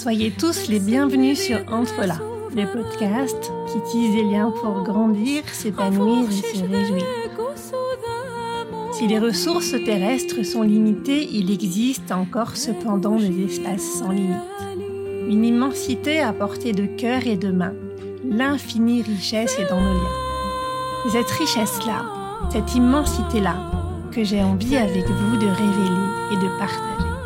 Soyez tous les bienvenus sur Entre là, le podcast qui tisse des liens pour grandir, s'épanouir et se réjouir. Si les ressources terrestres sont limitées, il existe encore cependant des espaces sans limite. Une immensité à portée de cœur et de main. L'infinie richesse est dans nos liens. Cette richesse-là, cette immensité-là, que j'ai envie avec vous de révéler et de partager.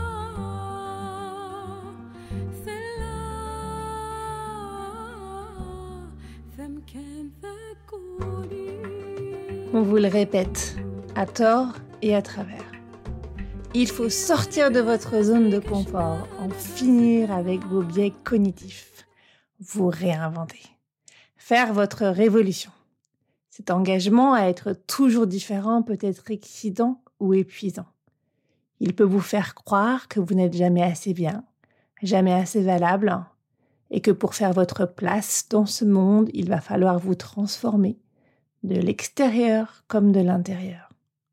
On vous le répète, à tort et à travers. Il faut sortir de votre zone de confort, en finir avec vos biais cognitifs, vous réinventer, faire votre révolution. Cet engagement à être toujours différent peut être excitant ou épuisant. Il peut vous faire croire que vous n'êtes jamais assez bien, jamais assez valable, et que pour faire votre place dans ce monde, il va falloir vous transformer, de l'extérieur comme de l'intérieur.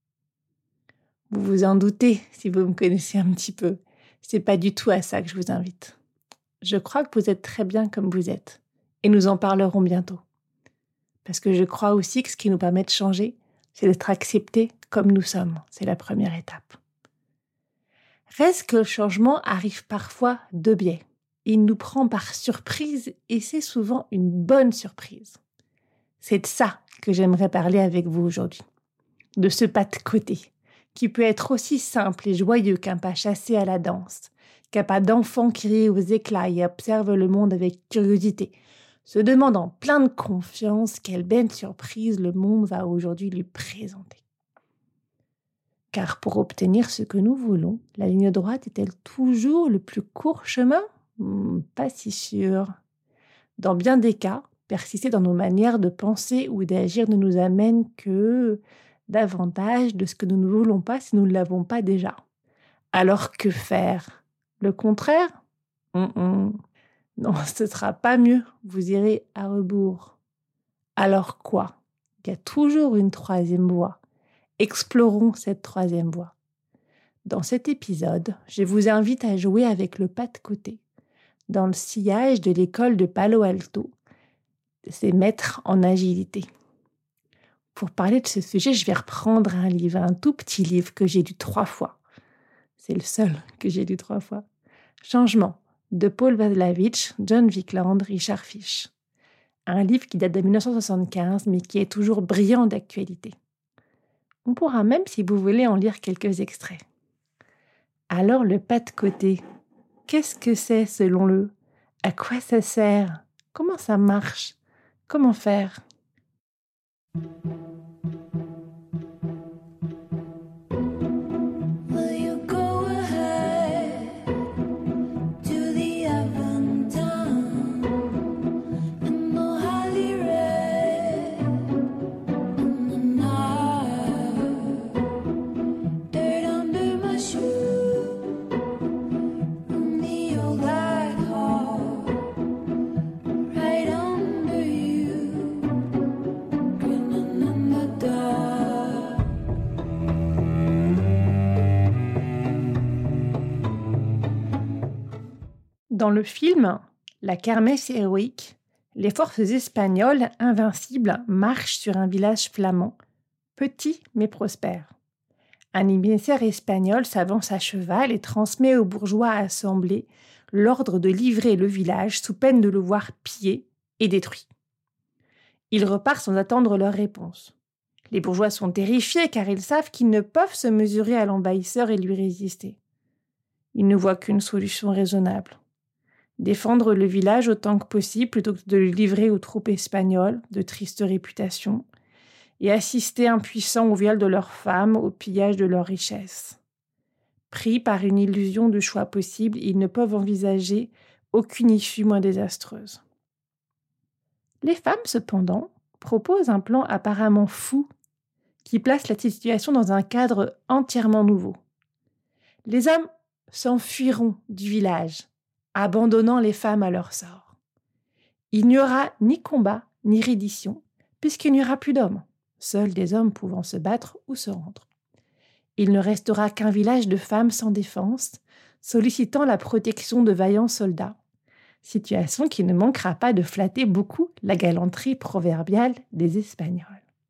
Vous vous en doutez si vous me connaissez un petit peu. C'est pas du tout à ça que je vous invite. Je crois que vous êtes très bien comme vous êtes. Et nous en parlerons bientôt. Parce que je crois aussi que ce qui nous permet de changer, c'est d'être acceptés comme nous sommes. C'est la première étape. Reste que le changement arrive parfois de biais. Il nous prend par surprise et c'est souvent une bonne surprise. C'est de ça que j'aimerais parler avec vous aujourd'hui. De ce pas de côté, qui peut être aussi simple et joyeux qu'un pas chassé à la danse, qu'un pas d'enfant qui rit aux éclats et observe le monde avec curiosité, se demandant plein de confiance quelle belle surprise le monde va aujourd'hui lui présenter. Car pour obtenir ce que nous voulons, la ligne droite est-elle toujours le plus court chemin ? Pas si sûr. Dans bien des cas, persister dans nos manières de penser ou d'agir ne nous amène que davantage de ce que nous ne voulons pas si nous ne l'avons pas déjà. Alors que faire ? Le contraire ? Non, ce ne sera pas mieux. Vous irez à rebours. Alors quoi ? Il y a toujours une troisième voie. Explorons cette troisième voie. Dans cet épisode, je vous invite à jouer avec le pas de côté, dans le sillage de l'école de Palo Alto, ses maîtres en agilité. Pour parler de ce sujet, je vais reprendre un livre, un tout petit livre que j'ai lu 3 fois. C'est le seul que j'ai lu 3 fois. Changement, de Paul Watzlawick, John Wickland, Richard Fish. Un livre qui date de 1975, mais qui est toujours brillant d'actualité. On pourra même, si vous voulez, en lire quelques extraits. Alors, le pas de côté, qu'est-ce que c'est selon eux ? À quoi ça sert ? Comment ça marche ? Comment faire ? Dans le film « La kermesse héroïque », les forces espagnoles invincibles marchent sur un village flamand, petit mais prospère. Un émissaire espagnol s'avance à cheval et transmet aux bourgeois assemblés l'ordre de livrer le village sous peine de le voir pillé et détruit. Il repart sans attendre leur réponse. Les bourgeois sont terrifiés car ils savent qu'ils ne peuvent se mesurer à l'envahisseur et lui résister. Ils ne voient qu'une solution raisonnable. Défendre le village autant que possible plutôt que de le livrer aux troupes espagnoles, de triste réputation, et assister impuissants au viol de leurs femmes, au pillage de leurs richesses. Pris par une illusion de choix possible, ils ne peuvent envisager aucune issue moins désastreuse. Les femmes, cependant, proposent un plan apparemment fou qui place la situation dans un cadre entièrement nouveau. Les hommes s'enfuiront du village, abandonnant les femmes à leur sort. Il n'y aura ni combat, ni reddition, puisqu'il n'y aura plus d'hommes, seuls des hommes pouvant se battre ou se rendre. Il ne restera qu'un village de femmes sans défense, sollicitant la protection de vaillants soldats, Situation qui ne manquera pas de flatter beaucoup la galanterie proverbiale des Espagnols.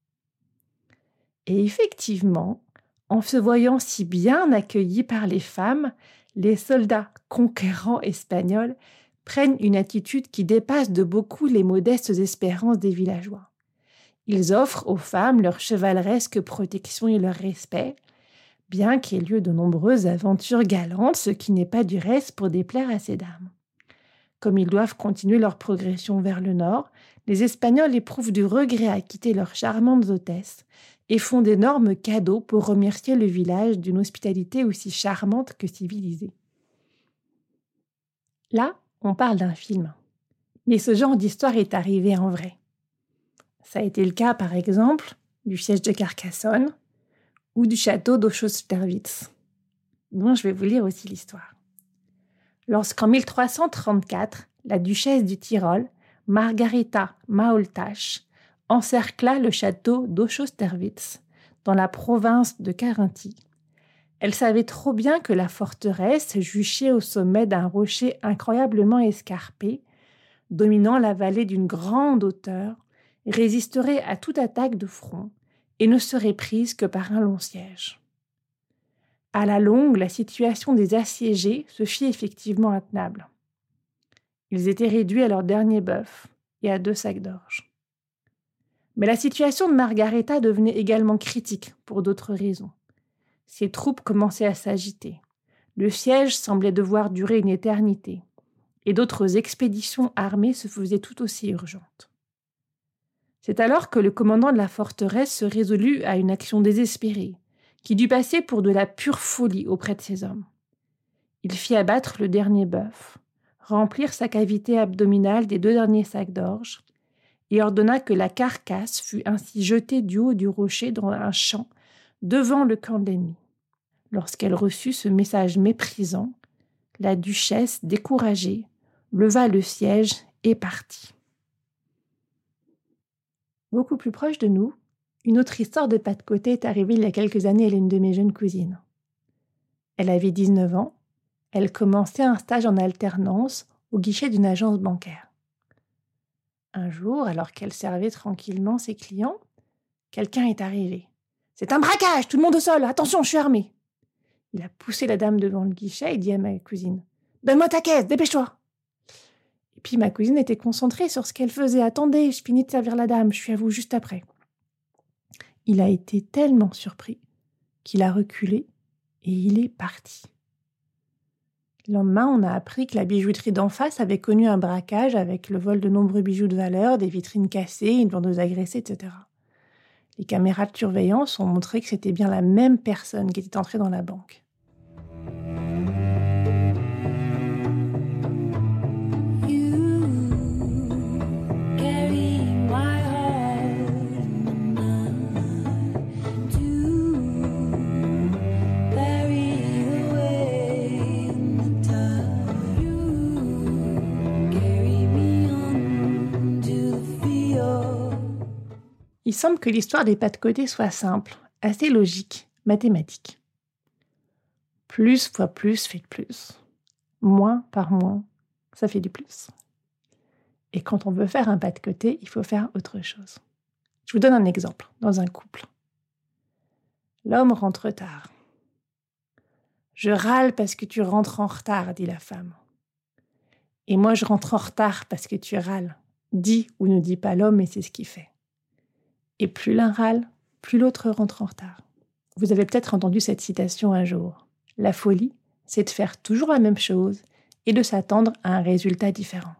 Et effectivement, en se voyant si bien accueillis par les femmes, les soldats conquérants espagnols prennent une attitude qui dépasse de beaucoup les modestes espérances des villageois. Ils offrent aux femmes leur chevaleresque protection et leur respect, bien qu'il y ait lieu de nombreuses aventures galantes, ce qui n'est pas du reste pour déplaire à ces dames. Comme ils doivent continuer leur progression vers le nord, les Espagnols éprouvent du regret à quitter leurs charmantes hôtesses et font d'énormes cadeaux pour remercier le village d'une hospitalité aussi charmante que civilisée. Là, on parle d'un film. Mais ce genre d'histoire est arrivé en vrai. Ça a été le cas, par exemple, du siège de Carcassonne ou du château d'Auschwitz, dont je vais vous lire aussi l'histoire. Lorsqu'en 1334, la duchesse du Tyrol, Margarita Maultasch, encercla le château d'Auschwitz dans la province de Carinthie, elle savait trop bien que la forteresse, juchée au sommet d'un rocher incroyablement escarpé, dominant la vallée d'une grande hauteur, résisterait à toute attaque de front et ne serait prise que par un long siège. À la longue, la situation des assiégés se fit effectivement intenable. Ils étaient réduits à leur dernier bœuf et à 2 sacs d'orge. Mais la situation de Margareta devenait également critique pour d'autres raisons. Ses troupes commençaient à s'agiter. Le siège semblait devoir durer une éternité, et d'autres expéditions armées se faisaient tout aussi urgentes. C'est alors que le commandant de la forteresse se résolut à une action désespérée, qui dut passer pour de la pure folie auprès de ses hommes. Il fit abattre le dernier bœuf, remplir sa cavité abdominale des 2 derniers sacs d'orge, et ordonna que la carcasse fût ainsi jetée du haut du rocher dans un champ devant le camp de l'ennemi. Lorsqu'elle reçut ce message méprisant, la duchesse, découragée, leva le siège et partit. Beaucoup plus proche de nous, une autre histoire de pas de côté est arrivée il y a quelques années à l'une de mes jeunes cousines. Elle avait 19 ans, elle commençait un stage en alternance au guichet d'une agence bancaire. Un jour, alors qu'elle servait tranquillement ses clients, quelqu'un est arrivé. « C'est un braquage, tout le monde au sol, attention, je suis armé !» Il a poussé la dame devant le guichet et dit à ma cousine « Donne-moi ta caisse, dépêche-toi !» Et puis ma cousine était concentrée sur ce qu'elle faisait. « Attendez, je finis de servir la dame, je suis à vous juste après. » Il a été tellement surpris qu'il a reculé et il est parti. Le lendemain, on a appris que la bijouterie d'en face avait connu un braquage avec le vol de nombreux bijoux de valeur, des vitrines cassées, une vendeuse agressée, etc. Les caméras de surveillance ont montré que c'était bien la même personne qui était entrée dans la banque. Il semble que l'histoire des pas de côté soit simple, assez logique, mathématique. Plus fois plus fait plus. Moins par moins, ça fait du plus. Et quand on veut faire un pas de côté, il faut faire autre chose. Je vous donne un exemple, dans un couple. L'homme rentre tard. « Je râle parce que tu rentres en retard, » dit la femme. « Et moi, je rentre en retard parce que tu râles », dit ou ne dit pas l'homme, et c'est ce qu'il fait. Et plus l'un râle, plus l'autre rentre en retard. Vous avez peut-être entendu cette citation un jour. La folie, c'est de faire toujours la même chose et de s'attendre à un résultat différent.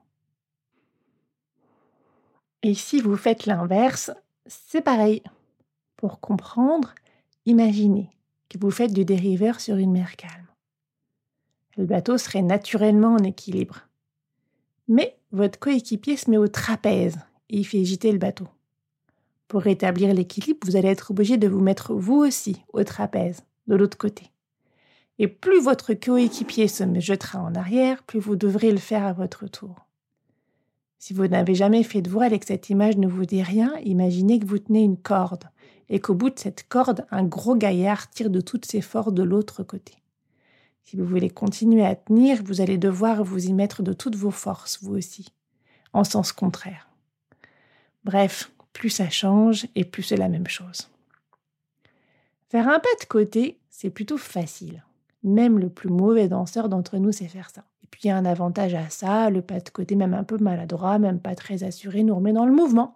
Et si vous faites l'inverse, c'est pareil. Pour comprendre, imaginez que vous faites du dériveur sur une mer calme. Le bateau serait naturellement en équilibre. Mais votre coéquipier se met au trapèze et il fait gîter le bateau. Pour rétablir l'équilibre, vous allez être obligé de vous mettre vous aussi au trapèze, de l'autre côté. Et plus votre coéquipier se jettera en arrière, plus vous devrez le faire à votre tour. Si vous n'avez jamais fait de voile et que cette image ne vous dit rien, imaginez que vous tenez une corde et qu'au bout de cette corde, un gros gaillard tire de toutes ses forces de l'autre côté. Si vous voulez continuer à tenir, vous allez devoir vous y mettre de toutes vos forces, vous aussi, en sens contraire. Bref, plus ça change et plus c'est la même chose. Faire un pas de côté, c'est plutôt facile. Même le plus mauvais danseur d'entre nous sait faire ça. Et puis il y a un avantage à ça, le pas de côté, même un peu maladroit, même pas très assuré, nous remet dans le mouvement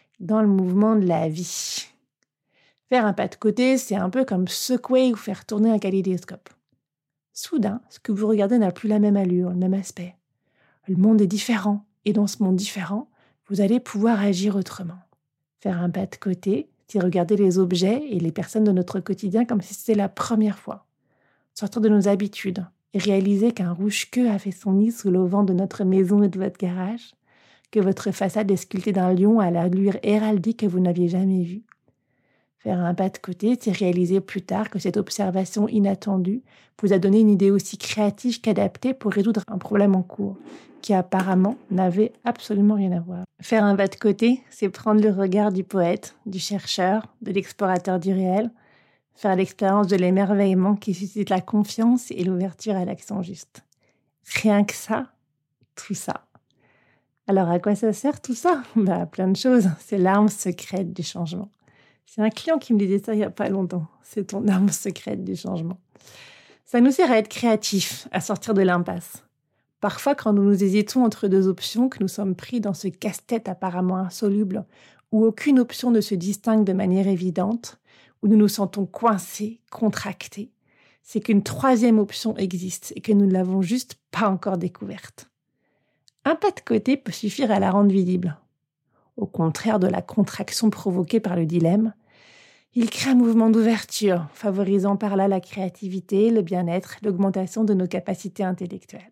de la vie. Faire un pas de côté, c'est un peu comme secouer ou faire tourner un kaléidoscope. Soudain, ce que vous regardez n'a plus la même allure, le même aspect. Le monde est différent, et dans ce monde différent, vous allez pouvoir agir autrement. Faire un pas de côté, c'est regarder les objets et les personnes de notre quotidien comme si c'était la première fois. Sortir de nos habitudes et réaliser qu'un rouge-queue a fait son nid sous l'auvent de notre maison et de votre garage, que votre façade est sculptée d'un lion à l'allure héraldique que vous n'aviez jamais vue. Faire un pas de côté, c'est réaliser plus tard que cette observation inattendue vous a donné une idée aussi créative qu'adaptée pour résoudre un problème en cours, qui apparemment n'avait absolument rien à voir. Faire un pas de côté, c'est prendre le regard du poète, du chercheur, de l'explorateur du réel, faire l'expérience de l'émerveillement qui suscite la confiance et l'ouverture à l'action juste. Rien que ça, tout ça. Alors à quoi ça sert tout ça ? Plein de choses. C'est l'arme secrète du changement. C'est un client qui me disait ça il n'y a pas longtemps. C'est ton arme secrète du changement. Ça nous sert à être créatifs, à sortir de l'impasse. Parfois, quand nous hésitons entre deux options, que nous sommes pris dans ce casse-tête apparemment insoluble, où aucune option ne se distingue de manière évidente, où nous nous sentons coincés, contractés, c'est qu'une troisième option existe et que nous ne l'avons juste pas encore découverte. Un pas de côté peut suffire à la rendre visible. Au contraire de la contraction provoquée par le dilemme, il crée un mouvement d'ouverture, favorisant par là la créativité, le bien-être, l'augmentation de nos capacités intellectuelles.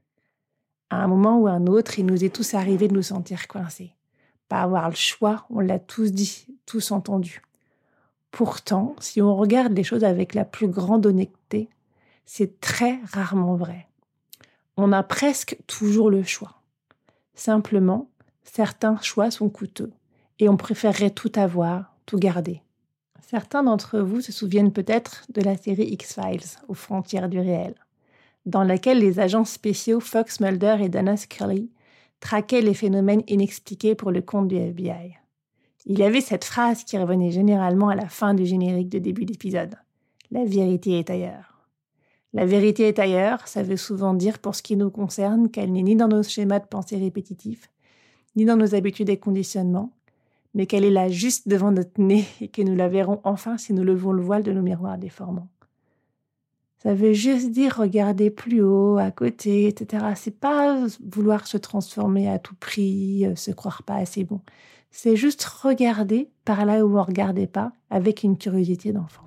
À un moment ou un autre, il nous est tous arrivé de nous sentir coincés. Pas avoir le choix, on l'a tous dit, tous entendu. Pourtant, si on regarde les choses avec la plus grande honnêteté, c'est très rarement vrai. On a presque toujours le choix. Simplement, certains choix sont coûteux et on préférerait tout avoir, tout garder. Certains d'entre vous se souviennent peut-être de la série X-Files, aux frontières du réel, dans laquelle les agents spéciaux Fox Mulder et Dana Scully traquaient les phénomènes inexpliqués pour le compte du FBI. Il y avait cette phrase qui revenait généralement à la fin du générique de début d'épisode. « La vérité est ailleurs ». La vérité est ailleurs, ça veut souvent dire pour ce qui nous concerne qu'elle n'est ni dans nos schémas de pensée répétitifs, ni dans nos habitudes et conditionnements, mais qu'elle est là juste devant notre nez et que nous la verrons enfin si nous levons le voile de nos miroirs déformants. Ça veut juste dire regarder plus haut, à côté, etc. C'est pas vouloir se transformer à tout prix, se croire pas assez bon. C'est juste regarder par là où on ne regardait pas, avec une curiosité d'enfant.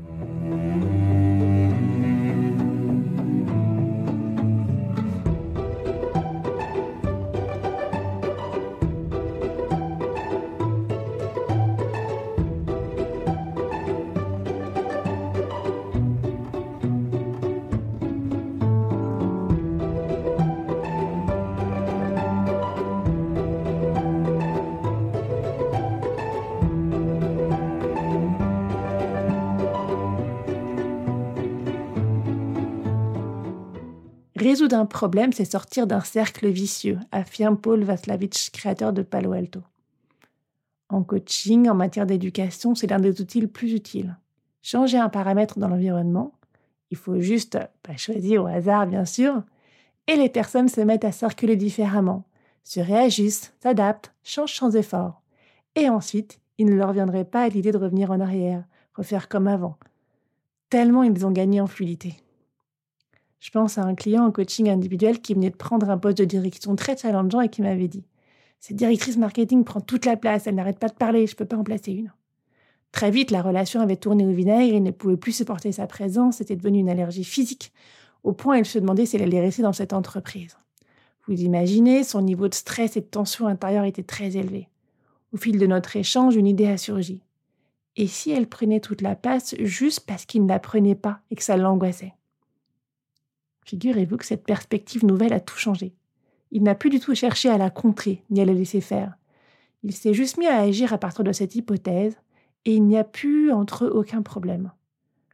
Résoudre un problème, c'est sortir d'un cercle vicieux, affirme Paul Watzlawick, créateur de Palo Alto. En coaching, en matière d'éducation, c'est l'un des outils les plus utiles. Changer un paramètre dans l'environnement, il faut juste pas choisir au hasard, bien sûr, et les personnes se mettent à circuler différemment, se réagissent, s'adaptent, changent sans effort. Et ensuite, il ne leur viendrait pas à l'idée de revenir en arrière, refaire comme avant, tellement ils ont gagné en fluidité. Je pense à un client en coaching individuel qui venait de prendre un poste de direction très challengeant et qui m'avait dit « Cette directrice marketing prend toute la place, elle n'arrête pas de parler, je ne peux pas en placer une. » Très vite, la relation avait tourné au vinaigre, il ne pouvait plus supporter sa présence, c'était devenu une allergie physique, au point où il se demandait si elle allait rester dans cette entreprise. Vous imaginez, son niveau de stress et de tension intérieure était très élevé. Au fil de notre échange, une idée a surgi. Et si elle prenait toute la place juste parce qu'il ne la prenait pas et que ça l'angoissait ? Figurez-vous que cette perspective nouvelle a tout changé. Il n'a plus du tout cherché à la contrer, ni à la laisser faire. Il s'est juste mis à agir à partir de cette hypothèse, et il n'y a plus entre eux aucun problème.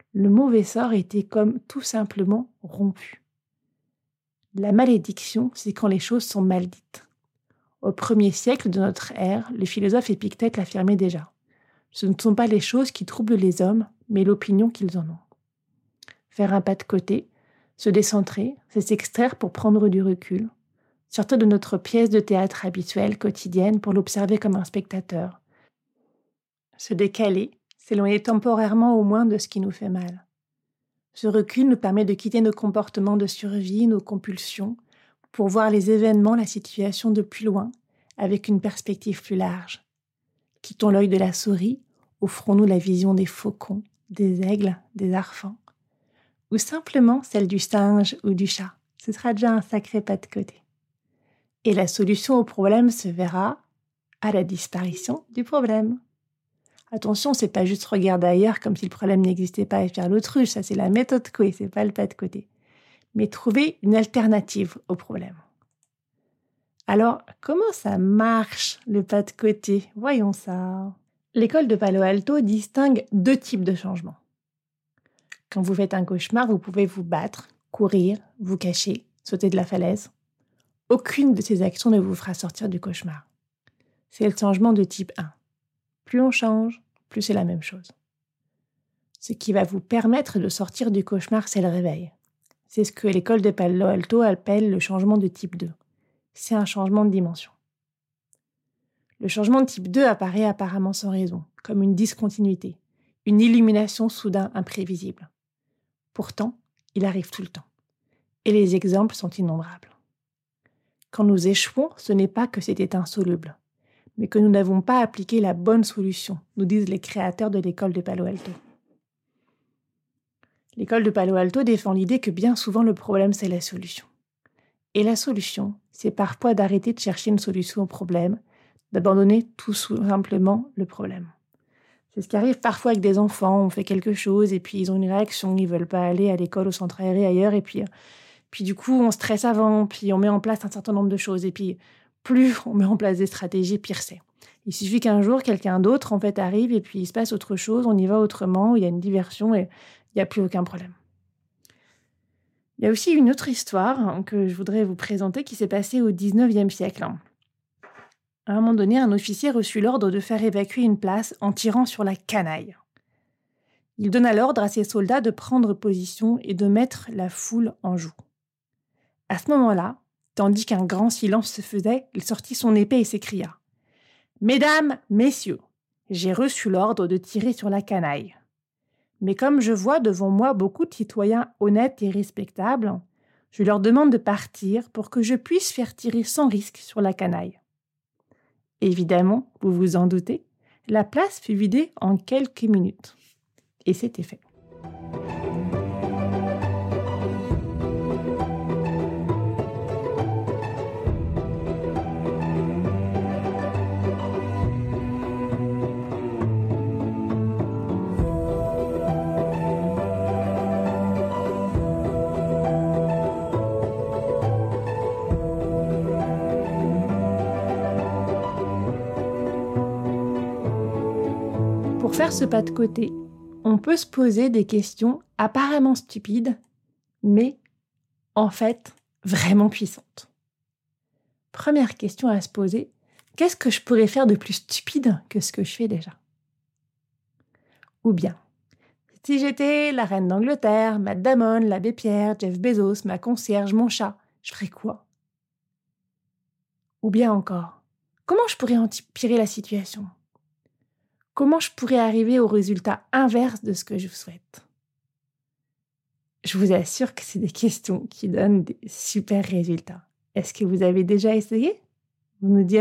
Le mauvais sort était comme tout simplement rompu. La malédiction, c'est quand les choses sont mal dites. Au 1er siècle de notre ère, le philosophe Épictète l'affirmait déjà. Ce ne sont pas les choses qui troublent les hommes, mais l'opinion qu'ils en ont. Faire un pas de côté, se décentrer, c'est s'extraire pour prendre du recul, sortir de notre pièce de théâtre habituelle, quotidienne, pour l'observer comme un spectateur. Se décaler, s'éloigner temporairement au moins de ce qui nous fait mal. Ce recul nous permet de quitter nos comportements de survie, nos compulsions, pour voir les événements, la situation de plus loin, avec une perspective plus large. Quittons l'œil de la souris, offrons-nous la vision des faucons, des aigles, des arfans, ou simplement celle du singe ou du chat. Ce sera déjà un sacré pas de côté. Et la solution au problème se verra à la disparition du problème. Attention, c'est pas juste regarder ailleurs comme si le problème n'existait pas et faire l'autruche, ça c'est la méthode Coué, c'est pas le pas de côté. Mais trouver une alternative au problème. Alors, comment ça marche le pas de côté ? Voyons ça. L'école de Palo Alto distingue 2 types de changements. Quand vous faites un cauchemar, vous pouvez vous battre, courir, vous cacher, sauter de la falaise. Aucune de ces actions ne vous fera sortir du cauchemar. C'est le changement de type 1. Plus on change, plus c'est la même chose. Ce qui va vous permettre de sortir du cauchemar, c'est le réveil. C'est ce que l'école de Palo Alto appelle le changement de type 2. C'est un changement de dimension. Le changement de type 2 apparaît apparemment sans raison, comme une discontinuité, une illumination soudain imprévisible. Pourtant, il arrive tout le temps. Et les exemples sont innombrables. Quand nous échouons, ce n'est pas que c'était insoluble, mais que nous n'avons pas appliqué la bonne solution, nous disent les créateurs de l'école de Palo Alto. L'école de Palo Alto défend l'idée que bien souvent le problème, c'est la solution. Et la solution, c'est parfois d'arrêter de chercher une solution au problème, d'abandonner tout simplement le problème. C'est ce qui arrive parfois avec des enfants, on fait quelque chose et puis ils ont une réaction, ils veulent pas aller à l'école, au centre aéré, ailleurs, et puis du coup on stresse avant, puis on met en place un certain nombre de choses, et puis plus on met en place des stratégies, pire c'est. Il suffit qu'un jour, quelqu'un d'autre en fait arrive et puis il se passe autre chose, on y va autrement, il y a une diversion et il n'y a plus aucun problème. Il y a aussi une autre histoire que je voudrais vous présenter qui s'est passée au 19e siècle. À un moment donné, un officier reçut l'ordre de faire évacuer une place en tirant sur la canaille. Il donna l'ordre à ses soldats de prendre position et de mettre la foule en joue. À ce moment-là, tandis qu'un grand silence se faisait, il sortit son épée et s'écria « Mesdames, messieurs, j'ai reçu l'ordre de tirer sur la canaille. Mais comme je vois devant moi beaucoup de citoyens honnêtes et respectables, je leur demande de partir pour que je puisse faire tirer sans risque sur la canaille. » Évidemment, vous vous en doutez, la place fut vidée en quelques minutes. Et c'était fait. Pour faire ce pas de côté, on peut se poser des questions apparemment stupides, mais en fait vraiment puissantes. Première question à se poser, qu'est-ce que je pourrais faire de plus stupide que ce que je fais déjà ? Ou bien, si j'étais la reine d'Angleterre, Matt Damon, l'abbé Pierre, Jeff Bezos, ma concierge, mon chat, je ferais quoi ? Ou bien encore, comment je pourrais empirer la situation ? Comment je pourrais arriver au résultat inverse de ce que je souhaite ? Je vous assure que c'est des questions qui donnent des super résultats. Est-ce que vous avez déjà essayé ? Vous nous direz ?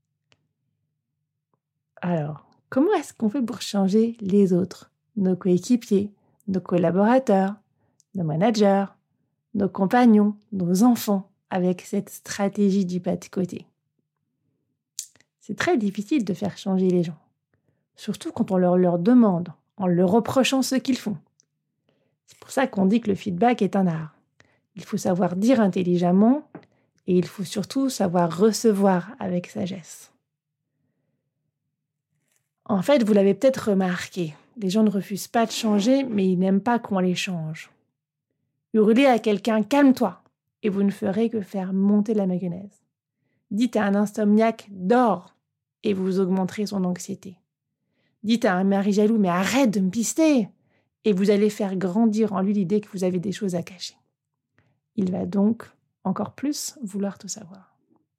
Alors, comment est-ce qu'on fait pour changer les autres, nos coéquipiers, nos collaborateurs, nos managers, nos compagnons, nos enfants, avec cette stratégie du pas de côté ? C'est très difficile de faire changer les gens. Surtout quand on leur demande, en leur reprochant ce qu'ils font. C'est pour ça qu'on dit que le feedback est un art. Il faut savoir dire intelligemment et il faut surtout savoir recevoir avec sagesse. En fait, vous l'avez peut-être remarqué, les gens ne refusent pas de changer, mais ils n'aiment pas qu'on les change. Hurlez à quelqu'un « calme-toi » et vous ne ferez que faire monter la mayonnaise. Dites à un insomniaque « dors » et vous augmenterez son anxiété. Dites à un mari jaloux « mais arrête de me pister » et vous allez faire grandir en lui l'idée que vous avez des choses à cacher. Il va donc encore plus vouloir tout savoir.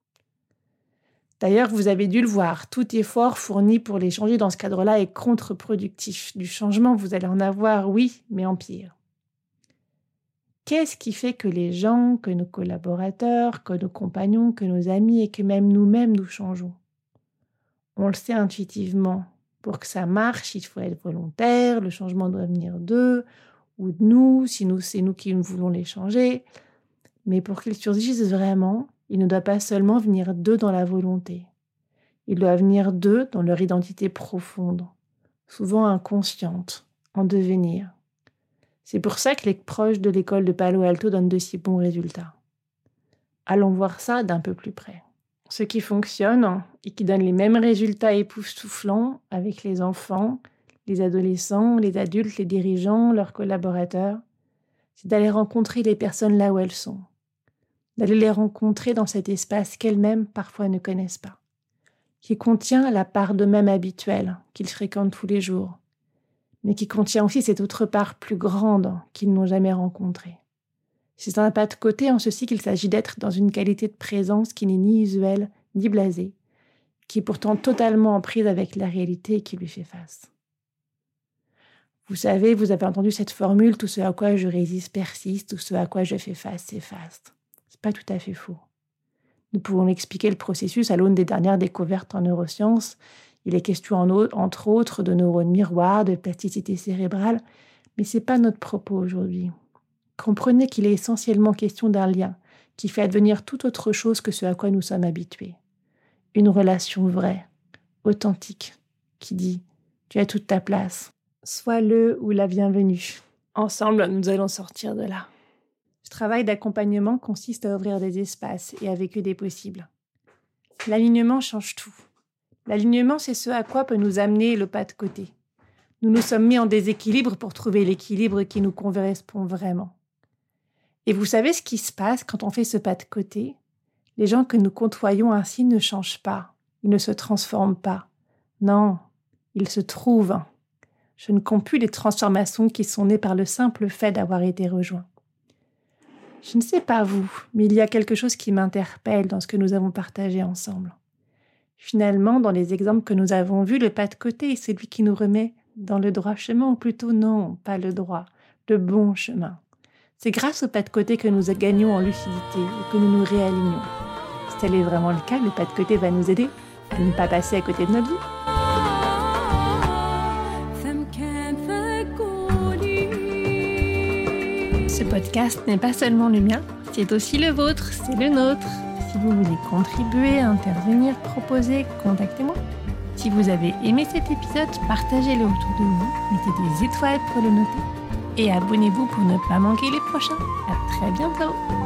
D'ailleurs, vous avez dû le voir, tout effort fourni pour les changer dans ce cadre-là est contre-productif. Du changement, vous allez en avoir, oui, mais en pire. Qu'est-ce qui fait que les gens, que nos collaborateurs, que nos compagnons, que nos amis et que même nous-mêmes nous changeons? On le sait intuitivement. Pour que ça marche, il faut être volontaire, le changement doit venir d'eux ou de nous, si c'est nous qui voulons les changer. Mais pour qu'ils surgissent vraiment, il ne doit pas seulement venir d'eux dans la volonté. Il doit venir d'eux dans leur identité profonde, souvent inconsciente, en devenir. C'est pour ça que les proches de l'école de Palo Alto donnent de si bons résultats. Allons voir ça d'un peu plus près. Ce qui fonctionne et qui donne les mêmes résultats époustouflants avec les enfants, les adolescents, les adultes, les dirigeants, leurs collaborateurs, c'est d'aller rencontrer les personnes là où elles sont, d'aller les rencontrer dans cet espace qu'elles-mêmes parfois ne connaissent pas, qui contient la part d'eux-mêmes habituelle qu'ils fréquentent tous les jours, mais qui contient aussi cette autre part plus grande qu'ils n'ont jamais rencontrée. C'est un pas de côté en ceci qu'il s'agit d'être dans une qualité de présence qui n'est ni usuelle ni blasée, qui est pourtant totalement en prise avec la réalité et qui lui fait face. Vous savez, vous avez entendu cette formule « tout ce à quoi je résiste persiste, tout ce à quoi je fais face s'efface ». C'est pas tout à fait faux. Nous pouvons expliquer le processus à l'aune des dernières découvertes en neurosciences. Il est question entre autres de neurones miroirs, de plasticité cérébrale, mais c'est pas notre propos aujourd'hui. Comprenez qu'il est essentiellement question d'un lien qui fait advenir tout autre chose que ce à quoi nous sommes habitués. Une relation vraie, authentique, qui dit « tu as toute ta place ». Sois le ou la bienvenue. Ensemble, nous allons sortir de là. Ce travail d'accompagnement consiste à ouvrir des espaces et avec eux des possibles. L'alignement change tout. L'alignement, c'est ce à quoi peut nous amener le pas de côté. Nous nous sommes mis en déséquilibre pour trouver l'équilibre qui nous correspond vraiment. Et vous savez ce qui se passe quand on fait ce pas de côté? Les gens que nous côtoyons ainsi ne changent pas, ils ne se transforment pas. Non, ils se trouvent. Je ne compte plus les transformations qui sont nées par le simple fait d'avoir été rejoints. Je ne sais pas vous, mais il y a quelque chose qui m'interpelle dans ce que nous avons partagé ensemble. Finalement, dans les exemples que nous avons vus, le pas de côté est celui qui nous remet dans le droit chemin, ou plutôt non, pas le droit, le bon chemin. C'est grâce au pas de côté que nous gagnons en lucidité et que nous nous réalignons. Si tel est vraiment le cas, le pas de côté va nous aider à ne pas passer à côté de notre vie. Ce podcast n'est pas seulement le mien, c'est aussi le vôtre, c'est le nôtre. Si vous voulez contribuer, intervenir, proposer, contactez-moi. Si vous avez aimé cet épisode, partagez-le autour de vous, mettez des étoiles pour le noter et abonnez-vous pour ne pas manquer les prochains. À très bientôt.